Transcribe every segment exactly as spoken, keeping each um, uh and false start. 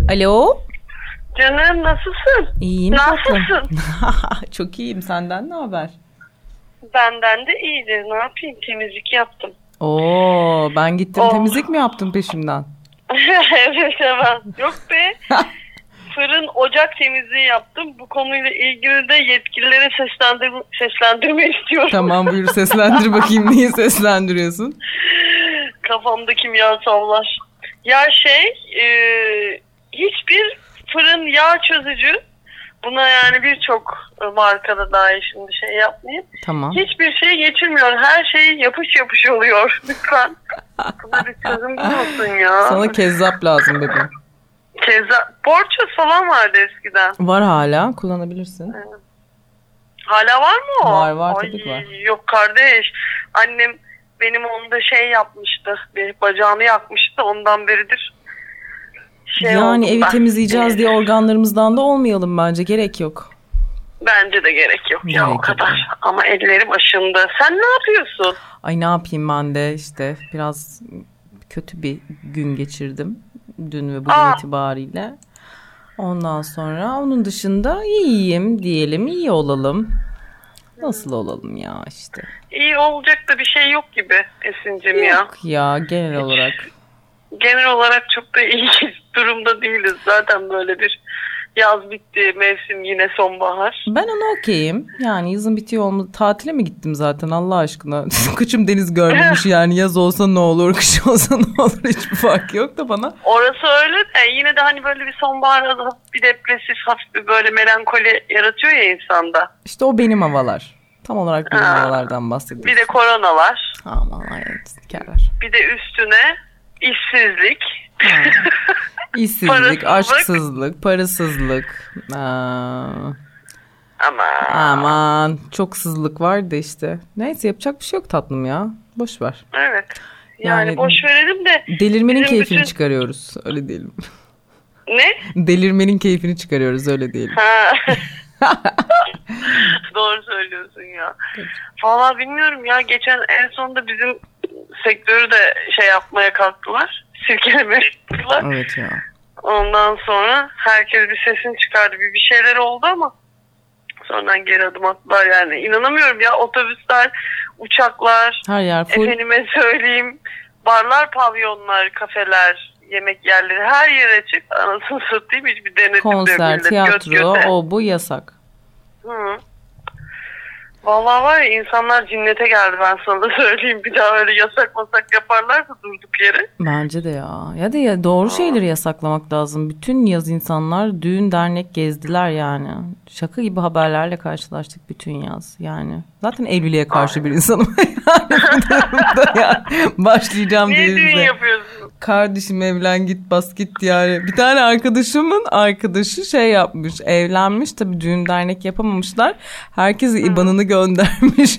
Alo. Canım nasılsın? İyiyim. Nasılsın? Çok iyiyim. Senden ne haber? Benden de iyidir. Ne yapayım? Temizlik yaptım. Oo, ben gittim oh. temizlik mi yaptın peşimden? Evet evet. Yok be. Fırın ocak temizliği yaptım. Bu konuyla ilgili de yetkililere seslendir seslendirme istiyorum. Tamam buyur seslendir bakayım. Neyi seslendiriyorsun? Kafamda kimyasallar. Ya şey e, hiçbir fırın yağ çözücü, buna yani birçok markada dahi şimdi şey yapmayayım. Tamam. Hiçbir şey geçirmiyor. Her şey yapış yapış oluyor. Lütfen. Buna bir çözüm bulmasın ya. Sana kezzap lazım bebeğim. Kezzap. Borçöz falan vardı eskiden. Var hala. Kullanabilirsin. Evet. Hala var mı o? Var var Ay, tabii ki var. Yok kardeş. Annem benim onda şey yapmıştı. Bir bacağını yakmıştı. Ondan beridir. Şey yani evi ben. temizleyeceğiz evet. diye organlarımızdan da olmayalım bence. Gerek yok. Bence de gerek yok gerek ya o kadar. Yok. Ama ellerim aşındı. Sen ne yapıyorsun? Ay ne yapayım ben de işte biraz kötü bir gün geçirdim. Dün ve bugün Aa. itibariyle. Ondan sonra onun dışında iyiyim diyelim, iyi olalım. Nasıl olalım ya işte. İyi olacak da bir şey yok gibi Esin'cim ya. Yok ya genel Hiç. olarak. Genel olarak çok da iyi durumda değiliz. Zaten böyle bir yaz bitti, mevsim yine sonbahar. Ben ona okeyim. Yani yazın bitiyor olmadı. Tatile mi gittim zaten Allah aşkına? Kıçım deniz görmemiş yani. Yaz olsa ne olur, kış olsa ne olur, hiçbir fark yok da bana. Orası öyle de yine de hani böyle bir sonbahar bir depresif, hafif bir böyle melankoli yaratıyor ya insanda. İşte o benim havalar. Tam olarak benim ha. havalardan bahsediyorsun. Bir de korona var. Aman hayret. Bir de üstüne işsizlik. İşsizlik, parasızlık. Aşksızlık, parasızlık. Aa. Aman. Aman. Çok sızlık vardı işte. Neyse yapacak bir şey yok tatlım ya. Boş ver. Evet. Yani, yani boş verelim de. Delirmenin keyfini bütün... çıkarıyoruz. Öyle diyelim. Ne? Delirmenin keyfini çıkarıyoruz. Öyle diyelim. Ha. Doğru söylüyorsun ya. Vallahi bilmiyorum ya. Geçen en sonunda bizim sektörü de şey yapmaya kalktılar. Sirkelemeye kalktılar. Evet ya. Ondan sonra herkes bir sesini çıkardı. Bir, bir şeyler oldu ama sonradan geri adım attılar yani. İnanamıyorum ya, otobüsler, uçaklar, her yer full. Efendime söyleyeyim, barlar, pavyonlar, kafeler, yemek yerleri, her yer açık. Anasını satayım, hiçbir denetim konser, tiyatro, o bu yasak. Hı. Vallahi var ya, insanlar cinnete geldi, ben sana da söyleyeyim. Bir daha öyle yasak masak yaparlarsa durduk yere. Bence de ya. Ya da ya doğru Aa. şeyleri yasaklamak lazım. Bütün yaz insanlar düğün dernek gezdiler yani. Şaka gibi haberlerle karşılaştık bütün yaz yani. Zaten evliliğe karşı Aynen. bir insanım. yani, yani. Başlayacağım diye. Niye düğün yapıyorsun? Kardeşim evlen git bas git yani. Bir tane arkadaşımın arkadaşı şey yapmış, evlenmiş, tabii düğün dernek yapamamışlar. Herkese İ B A N'ını göndermiş.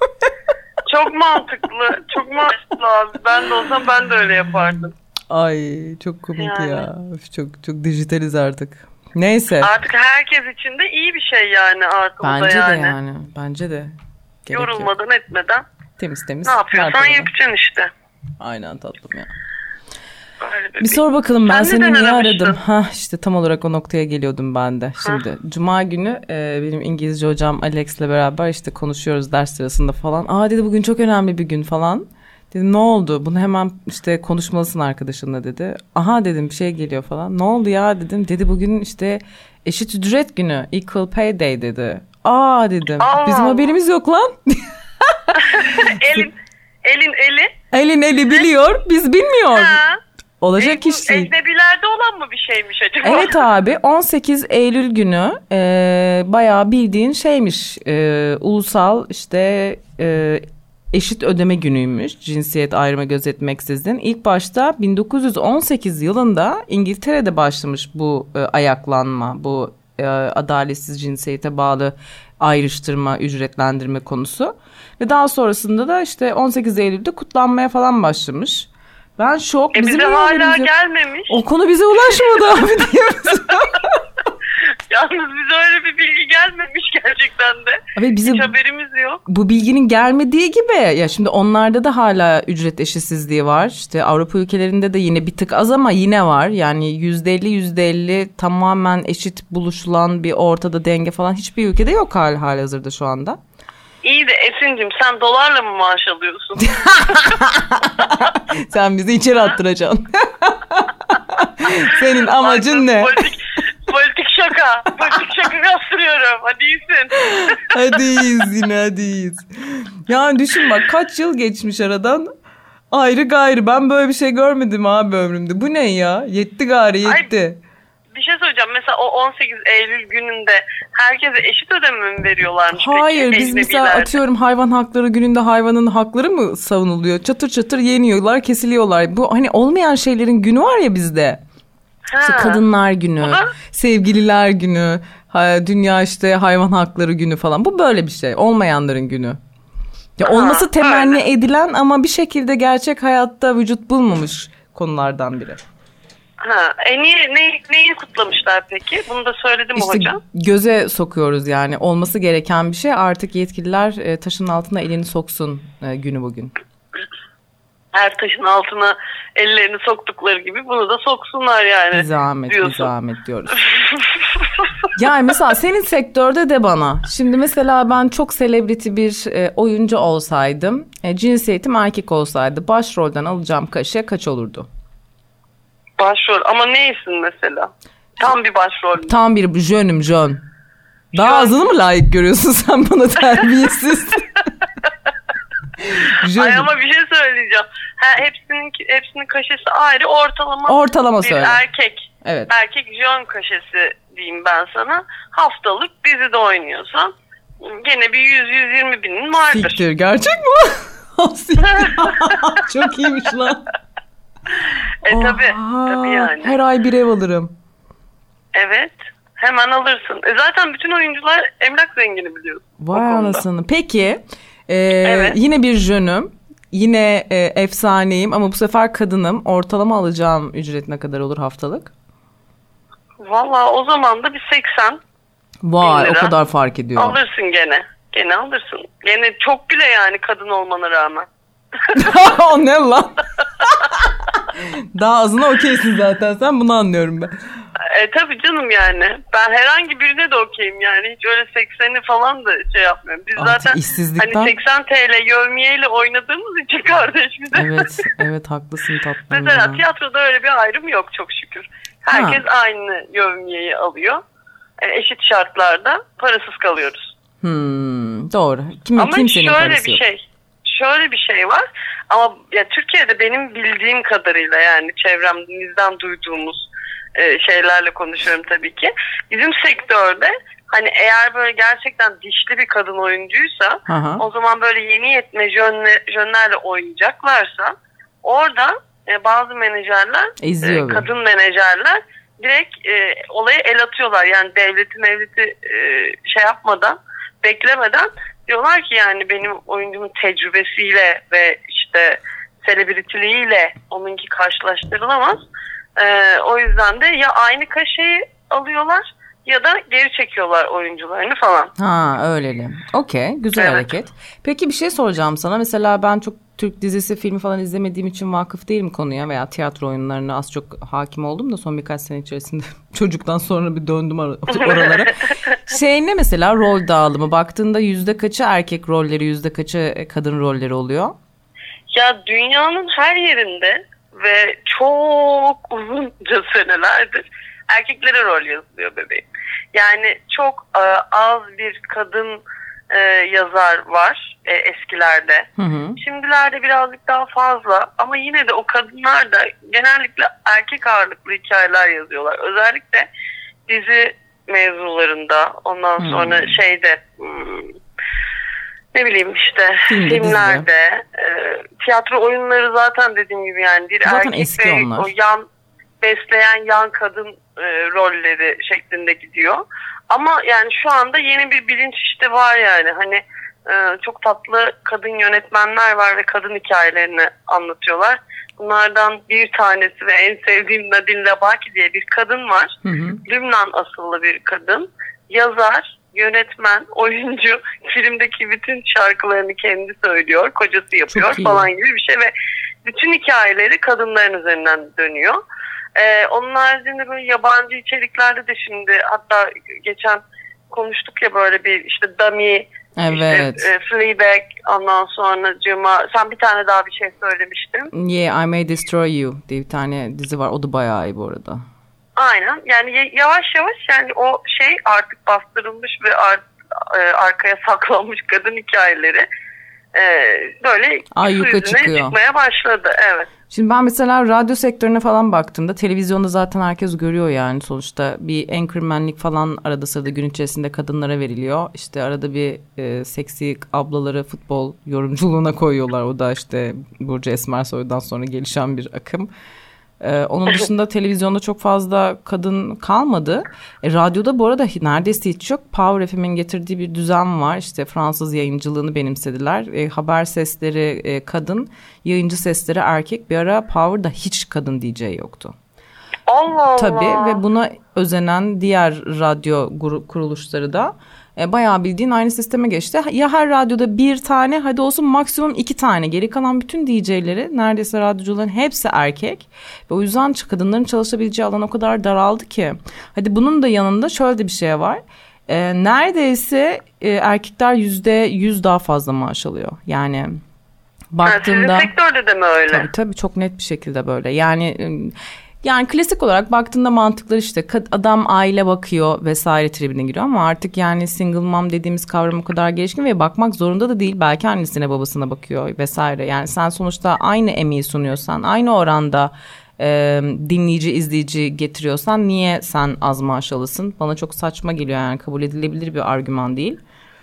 Çok mantıklı. Çok mantıklı abi. Ben de olsam ben de öyle yapardım. Ay çok komik yani. Ya. Çok çok dijitaliz artık. Neyse. Artık herkes için de iyi bir şey yani artık. Bence yani. de yani. Bence de. Gerek Yorulmadan yok. Etmeden. Temiz temiz. Ne yapıyorsan yapacaksın işte. Aynen tatlım ya. Bir, bir sor bakalım, ben seni niye aradım? Ha işte tam olarak o noktaya geliyordum ben de. Şimdi ha. Cuma günü e, benim İngilizce hocam Alex'le beraber işte konuşuyoruz ders sırasında falan. Aa dedi bugün çok önemli bir gün falan. Dedim ne oldu? Bunu hemen işte konuşmalısın arkadaşınla dedi. Aha dedim bir şey geliyor falan. Ne oldu ya dedim. Dedi bugün işte eşit ücret günü, equal pay day dedi. Aa dedim. Aa. Bizim haberimiz yok lan. elin elin eli. Elin eli biliyor, biz bilmiyoruz. Ha. Olacak e, iş değil. Ecnebilerde olan mı bir şeymiş acaba? Evet abi, on sekiz Eylül günü e, bayağı bildiğin şeymiş, e, ulusal işte e, eşit ödeme günüymüş, cinsiyet ayrımı gözetmeksizin. İlk başta bin dokuz yüz on sekiz yılında İngiltere'de başlamış bu e, ayaklanma, bu e, adaletsiz cinsiyete bağlı ayrıştırma, ücretlendirme konusu. Ve daha sonrasında da işte on sekiz Eylül'de kutlanmaya falan başlamış. Ben şok. E bize hala gelmemiş. O konu bize ulaşmadı abi diye. Yalnız bize öyle bir bilgi gelmemiş gerçekten de. Abi bizim hiç haberimiz yok. Bu bilginin gelmediği gibi ya şimdi onlarda da hala ücret eşitsizliği var. İşte Avrupa ülkelerinde de yine bir tık az ama yine var. Yani yüzde elli yüzde elli tamamen eşit buluşulan bir ortada denge falan hiçbir ülkede yok hal halihazırda şu anda. İyi de Esin'cim sen dolarla mı maaş alıyorsun? Sen bizi içeri attıracaksın. Senin amacın ne? Politik, politik şaka. Politik şaka kastırıyorum. Hadi iyisin. Hadi iyiyiz yine hadi iyiyiz. Yani düşün bak kaç yıl geçmiş aradan. Ayrı gayrı ben böyle bir şey görmedim abi ömrümde. Bu ne ya? Yetti gari yetti. Ay, bir şey söyleyeceğim. Mesela o on sekiz Eylül gününde herkese eşit ödeme mi veriyorlarmış? Hayır peki? biz mesela atıyorum hayvan hakları gününde hayvanın hakları mı savunuluyor? Çatır çatır yeniyorlar, kesiliyorlar. Bu hani olmayan şeylerin günü var ya bizde. Ha. İşte kadınlar günü, sevgililer günü, dünya işte hayvan hakları günü falan. Bu böyle bir şey. Olmayanların günü. Ya olması ha, temenni öyle. edilen ama bir şekilde gerçek hayatta vücut bulmamış konulardan biri. Ha, e niye, ne, neyi kutlamışlar peki? Bunu da söyledim mi işte hocam? Göze sokuyoruz yani. Olması gereken bir şey. Artık yetkililer e, taşın altına elini soksun e, günü bugün. Her taşın altına ellerini soktukları gibi bunu da soksunlar yani. Bir zahmet, diyorsun. bir zahmet diyoruz. Yani mesela senin sektörde de bana. Şimdi mesela ben çok selebriti bir e, oyuncu olsaydım, e, cinsiyetim erkek olsaydı başrolden alacağım kaşe kaç olurdu? Başrol ama neysin mesela? Tam bir başrol. Tam bir jönüm jön. Daha jön. Azını mı layık görüyorsun sen bana terbiyesiz? Ay ama bir şey söyleyeceğim. Ha, hepsinin hepsinin kaşesi ayrı ortalama. Ortalama bir söyle. Erkek. Evet. Erkek jön kaşesi diyeyim ben sana. Haftalık dizide oynuyorsan gene bir yüz yüz yirmi binin vardır. Siktir gerçek mi? Çok iyiymiş lan. E tabi tabi yani. Her ay bir ev alırım. Evet. Hemen alırsın. E zaten bütün oyuncular emlak zengini biliyorsun. Vay anasını. Peki e, evet. yine bir jönüm. Yine e, efsaneyim ama bu sefer kadınım. Ortalama alacağım ücret ne kadar olur haftalık? Valla o zaman da bir seksen. Vay o kadar fark ediyor. Alırsın gene. Gene alırsın. Gene çok bile yani kadın olmana rağmen. O ne lan? Daha azına okeysin zaten sen bunu anlıyorum ben. E tabii canım yani. Ben herhangi birine de okeyim yani. Hiç öyle sekseni falan da şey yapmıyorum. Biz Artık zaten işsizlikten... hani seksen TL yevmiyeyle oynadığımız için kardeş bize. Evet, evet haklısın tatlım. Mesela ya. tiyatroda öyle bir ayrım yok çok şükür. Herkes ha. aynı yevmiyeyi alıyor. Yani eşit şartlarda parasız kalıyoruz. Hmm, doğru. Kim, Ama kimsenin şöyle parası bir yok. şey. Şöyle bir şey var. Ama ya Türkiye'de benim bildiğim kadarıyla yani çevremizden duyduğumuz e, şeylerle konuşuyorum tabii ki. Bizim sektörde hani eğer böyle gerçekten dişli bir kadın oyuncuysa Aha. o zaman böyle yeni yetme jönle, jönlerle oynayacaklarsa orada e, bazı menajerler, e, kadın menajerler direkt e, olaya el atıyorlar. Yani devleti mevleti e, şey yapmadan, beklemeden diyorlar ki yani benim oyuncumun tecrübesiyle ve işte selebritiliğiyle onunki karşılaştırılamaz. Ee, o yüzden de ya aynı kaşeyi alıyorlar ya da geri çekiyorlar oyuncularını falan. Ha öyleli. Okey güzel evet. hareket. Peki bir şey soracağım sana. Mesela ben çok Türk dizisi filmi falan izlemediğim için vakıf değilim konuya veya tiyatro oyunlarına az çok hakim oldum da son birkaç sene içerisinde çocuktan sonra bir döndüm or- oralara. Şey ne mesela rol dağılımı baktığında yüzde kaçı erkek rolleri yüzde kaçı kadın rolleri oluyor? Ya dünyanın her yerinde ve çok uzunca senelerdir erkeklere rol yazılıyor bebeğim. Yani çok e, az bir kadın e, yazar var e, eskilerde. Hı hı. Şimdilerde birazcık daha fazla ama yine de o kadınlar da genellikle erkek ağırlıklı hikayeler yazıyorlar. Özellikle dizi mevzularında ondan hmm. sonra şeyde hmm, ne bileyim işte Filmde, filmlerde e, tiyatro oyunları zaten dediğim gibi yani bir zaten erkek ve onlar. O yan besleyen yan kadın e, rolleri şeklinde gidiyor. Ama yani şu anda yeni bir bilinç işte var yani hani e, çok tatlı kadın yönetmenler var ve kadın hikayelerini anlatıyorlar. Bunlardan bir tanesi ve en sevdiğim Nadine Labaki diye bir kadın var. Hı hı. Lübnan asıllı bir kadın. Yazar, yönetmen, oyuncu, filmdeki bütün şarkılarını kendi söylüyor, kocası yapıyor falan gibi bir şey ve bütün hikayeleri kadınların üzerinden dönüyor. Ee, onun haricinde böyle yabancı içeriklerde de şimdi, hatta geçen konuştuk ya böyle bir işte Dummy, evet. işte e, Fleabag, ondan sonra Cuma, sen bir tane daha bir şey söylemiştin. Yeah, I May Destroy You diye bir tane dizi var. O da bayağı iyi bu arada. Aynen. Yani yavaş yavaş yani o şey artık bastırılmış ve art, e, arkaya saklanmış kadın hikayeleri e, böyle ayyuka çıkıyor. Çıkmaya başladı. Evet. Şimdi ben mesela radyo sektörüne falan baktığımda televizyonda zaten herkes görüyor yani sonuçta bir anchormanlik falan arada sırada gün içerisinde kadınlara veriliyor. İşte arada bir e, seksi ablaları futbol yorumculuğuna koyuyorlar. O da işte Burcu Esmersoy'dan sonra gelişen bir akım. Ee, onun dışında televizyonda çok fazla kadın kalmadı. E, radyoda bu arada neredeyse hiç yok. Power F M'in getirdiği bir düzen var. İşte Fransız yayıncılığını benimsediler. E, haber sesleri e, kadın, yayıncı sesleri erkek. Bir ara Power'da hiç kadın D J yoktu. Allah Allah. Tabii ve buna özenen diğer radyo kuruluşları da E, bayağı bildiğin aynı sisteme geçti. Ya her radyoda bir tane, hadi olsun maksimum iki tane. Geri kalan bütün D J'leri, neredeyse radyocuların hepsi erkek. Ve o yüzden kadınların çalışabileceği alan o kadar daraldı ki. Hadi bunun da yanında şöyle de bir şey var. E, neredeyse e, erkekler yüzde yüz daha fazla maaş alıyor. Yani baktığında... Ha, sizin sektörde de mi öyle? Tabii tabii, çok net bir şekilde böyle. Yani... Yani klasik olarak baktığında mantıkları işte adam aile bakıyor vesaire tribine giriyor ama artık yani single mom dediğimiz kavram o kadar gelişkin ve bakmak zorunda da değil. Belki annesine babasına bakıyor vesaire. Yani sen sonuçta aynı emeği sunuyorsan, aynı oranda e, dinleyici izleyici getiriyorsan niye sen az maaş alırsın? Bana çok saçma geliyor, yani kabul edilebilir bir argüman değil.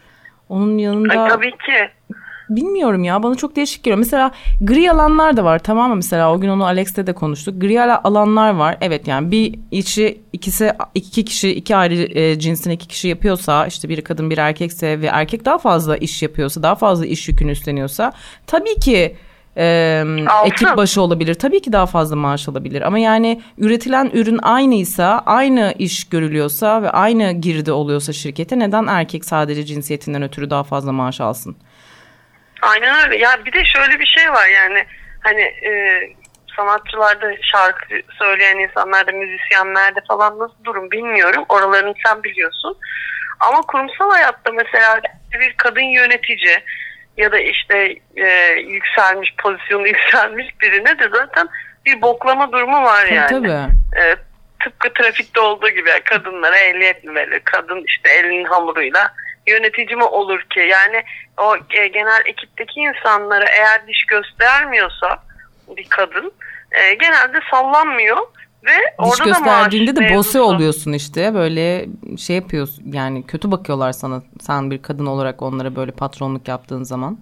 Onun yanında... Ay, tabii ki. Bilmiyorum ya, bana çok değişik geliyor. Mesela gri alanlar da var, tamam mı? Mesela o gün onu Alex'le de konuştuk. Gri alanlar var. Evet, yani bir işi ikisi iki kişi iki ayrı e, cinsin iki kişi yapıyorsa, işte biri kadın bir erkekse ve erkek daha fazla iş yapıyorsa, daha fazla iş yükünü üstleniyorsa tabii ki e, ekip başı olabilir. Tabii ki daha fazla maaş alabilir. Ama yani üretilen ürün aynıysa, aynı iş görülüyorsa ve aynı girdi oluyorsa şirkete, neden erkek sadece cinsiyetinden ötürü daha fazla maaş alsın? Aynen öyle. Ya bir de şöyle bir şey var, yani hani e, sanatçılarda, şarkı söyleyen insanlarda, müzisyenlerde falan nasıl durum bilmiyorum. Oralarını sen biliyorsun. Ama kurumsal hayatta mesela bir kadın yönetici ya da işte e, yükselmiş, pozisyonu yükselmiş birine de zaten bir boklama durumu var yani. Tabii. E, tıpkı trafikte olduğu gibi kadınlara ehliyet mi verilir? Kadın işte elinin hamuruyla yönetici mi olur ki? Yani o e, genel ekipteki insanlara eğer diş göstermiyorsa bir kadın e, genelde sallanmıyor ve diş orada da gösterdiğinde de mevzusu. bosse oluyorsun işte, böyle şey yapıyorsun yani, kötü bakıyorlar sana, sen bir kadın olarak onlara böyle patronluk yaptığın zaman.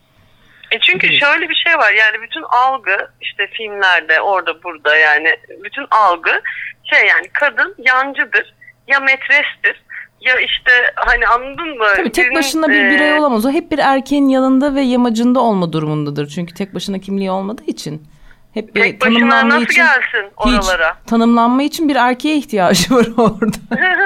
E çünkü evet. Şöyle bir şey var, yani bütün algı işte filmlerde orada burada, yani bütün algı şey, yani kadın yancıdır ya metrestir. Ya işte hani, anladın mı? Tabii tek başına bir birey e... olamaz. O hep bir erkeğin yanında ve yamacında olma durumundadır. Çünkü tek başına kimliği olmadığı için. Hep bir tek başına nasıl için, gelsin oralara? Hiç tanımlanma için bir erkeğe ihtiyacı var orada.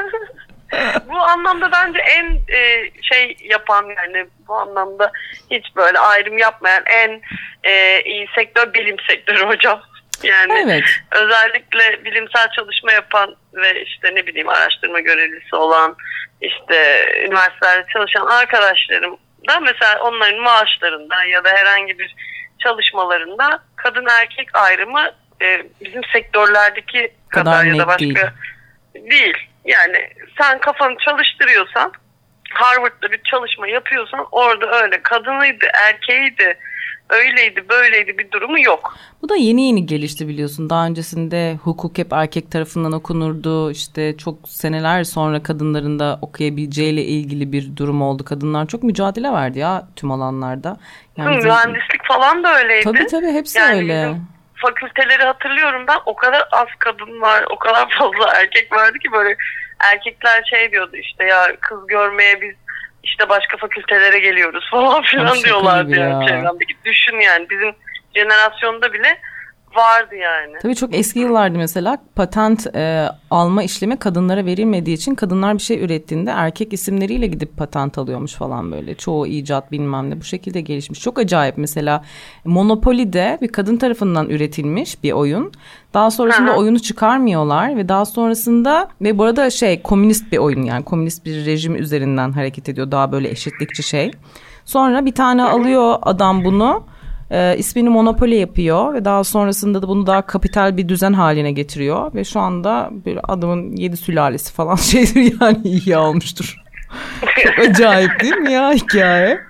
Bu anlamda bence en e, şey yapan, yani bu anlamda hiç böyle ayrım yapmayan en e, iyi sektör bilim sektörü hocam. Yani evet. Özellikle bilimsel çalışma yapan ve işte ne bileyim araştırma görevlisi olan, işte üniversitelerde çalışan arkadaşlarım da mesela onların maaşlarında ya da herhangi bir çalışmalarında kadın erkek ayrımı e, bizim sektörlerdeki kadar, kadar ya da başka değil. değil. Yani sen kafanı çalıştırıyorsan, Harvard'da bir çalışma yapıyorsan orada öyle kadınıydı, erkeğiydi, öyleydi, böyleydi bir durumu yok. Bu da yeni yeni gelişti biliyorsun. Daha öncesinde hukuk hep erkek tarafından okunurdu. İşte çok seneler sonra kadınların da okuyabileceğiyle ilgili bir durum oldu. Kadınlar çok mücadele verdi ya tüm alanlarda. Yani Hı, mühendislik falan da öyleydi. Tabii tabii, hepsi yani öyle. Fakülteleri hatırlıyorum ben, o kadar az kadın var, o kadar fazla erkek vardı ki böyle erkekler şey diyordu işte, ya kız görmeye biz işte başka fakültelere geliyoruz falan filan Şaka diyorlardı gibi yani ya. çevremdeki. Düşün yani bizim jenerasyonda bile vardı yani. Tabii çok eski yıllardı mesela patent e, alma işlemi kadınlara verilmediği için kadınlar bir şey ürettiğinde erkek isimleriyle gidip patent alıyormuş falan böyle. Çoğu icat bilmem ne bu şekilde gelişmiş. Çok acayip mesela Monopoly'de bir kadın tarafından üretilmiş bir oyun. Daha sonrasında Hı-hı. oyunu çıkarmıyorlar ve daha sonrasında ve bu arada şey komünist bir oyun yani komünist bir rejim üzerinden hareket ediyor. Daha böyle eşitlikçi şey. Sonra bir tane Hı-hı. alıyor adam bunu. E, ismini Monopoly yapıyor ve daha sonrasında da bunu daha kapital bir düzen haline getiriyor ve şu anda bir adamın yedi sülalesi falan şeydir yani iyi olmuştur. Çok acayip değil mi ya hikaye?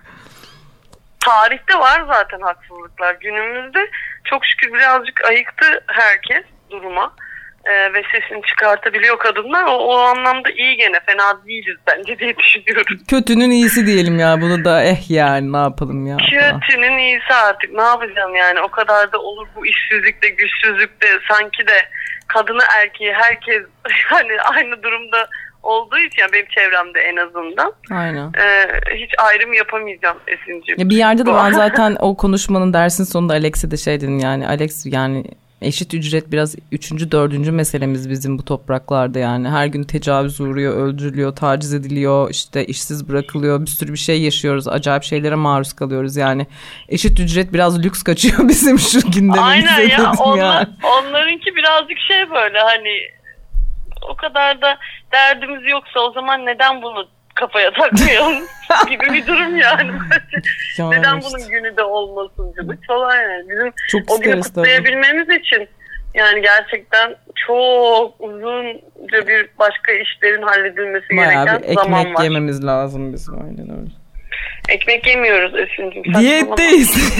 Tarihte var zaten haksızlıklar. Günümüzde çok şükür birazcık ayıktı herkes duruma. Ee, ve sesini çıkartabiliyor kadınlar. O, o anlamda iyi gene fena değiliz bence diye düşünüyorum. Kötünün iyisi diyelim ya bunu da eh yani ne yapalım ya. Kötünün iyisi artık ne yapacağım yani o kadar da olur bu işsizlikte güçsüzlükte sanki de kadını erkeği herkes hani aynı durumda olduğu için yani benim çevremde en azından. Aynen. E, hiç ayrım yapamayacağım Esin'ciğim. Ya bir yerde de ben zaten o konuşmanın dersin sonunda Alex'e de şey dedim yani Alex yani eşit ücret biraz üçüncü, dördüncü meselemiz bizim bu topraklarda yani. Her gün tecavüz uğruyor, öldürülüyor, taciz ediliyor, işte işsiz bırakılıyor, bir sürü bir şey yaşıyoruz. Acayip şeylere maruz kalıyoruz yani. Eşit ücret biraz lüks kaçıyor bizim şu gündemimize. Aynen ya, onlar, yani. onlarınki birazcık şey böyle hani o kadar da derdimiz yoksa o zaman neden bunu kafaya takmayalım gibi bir durum yani. yani neden işte. Bunun günü de olmasın gibi falan yani. Bizim çok o günü kutlayabilmemiz tabii. için yani gerçekten çok uzunca bir başka işlerin halledilmesi bayağı gereken zaman var. Ekmek yememiz lazım bizim aynen öyle. Ekmek yemiyoruz Esin'cim. Diyetteyiz.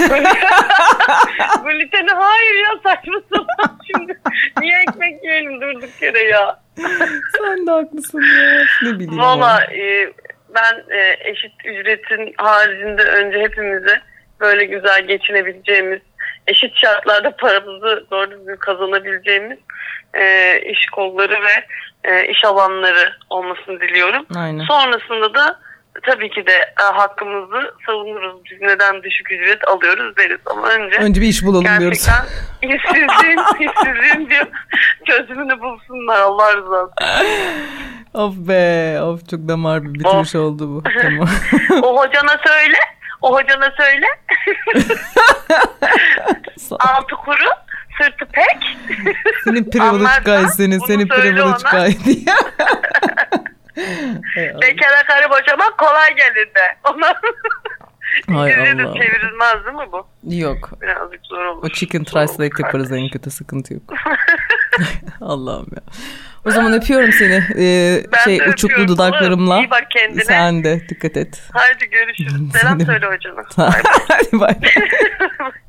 Gluteni hayır ya saçma sapan şimdi. Niye ekmek yiyelim durduk yere ya. Sen de haklısın ya. Ne bileyim. Valla e, ben e, eşit ücretin haricinde önce hepimize böyle güzel geçinebileceğimiz, eşit şartlarda paramızı doğru düzgün kazanabileceğimiz e, iş kolları ve e, iş alanları olmasını diliyorum. Aynen. Sonrasında da tabii ki de e, hakkımızı savunuruz. Biz neden düşük ücret alıyoruz deriz. Ama önce, önce bir iş bulalım gerçekten diyoruz. Gerçekten işsizliğin, işsizliğin diyor, çözümünü bulsunlar Allah rızası. Of be, of çok damar bir bitmiş of. Oldu bu. Tamam. O hocana söyle, o hocana söyle. Altı kuru, sırtı pek. Senin privilege guy senin, senin privilege guy diye. Bekara karı boşamak kolay gelir de. Ona İngilizce de çevrilmez değil mi bu? Yok. Birazcık zor olur. O chicken translate yaparız en kötü sıkıntı yok. Allah'ım ya. O zaman öpüyorum seni. Ee, şey uçuklu dudaklarımla. İyi bak kendine. Sen de dikkat et. Haydi görüşürüz. Selam söyle hocana. Hadi bay.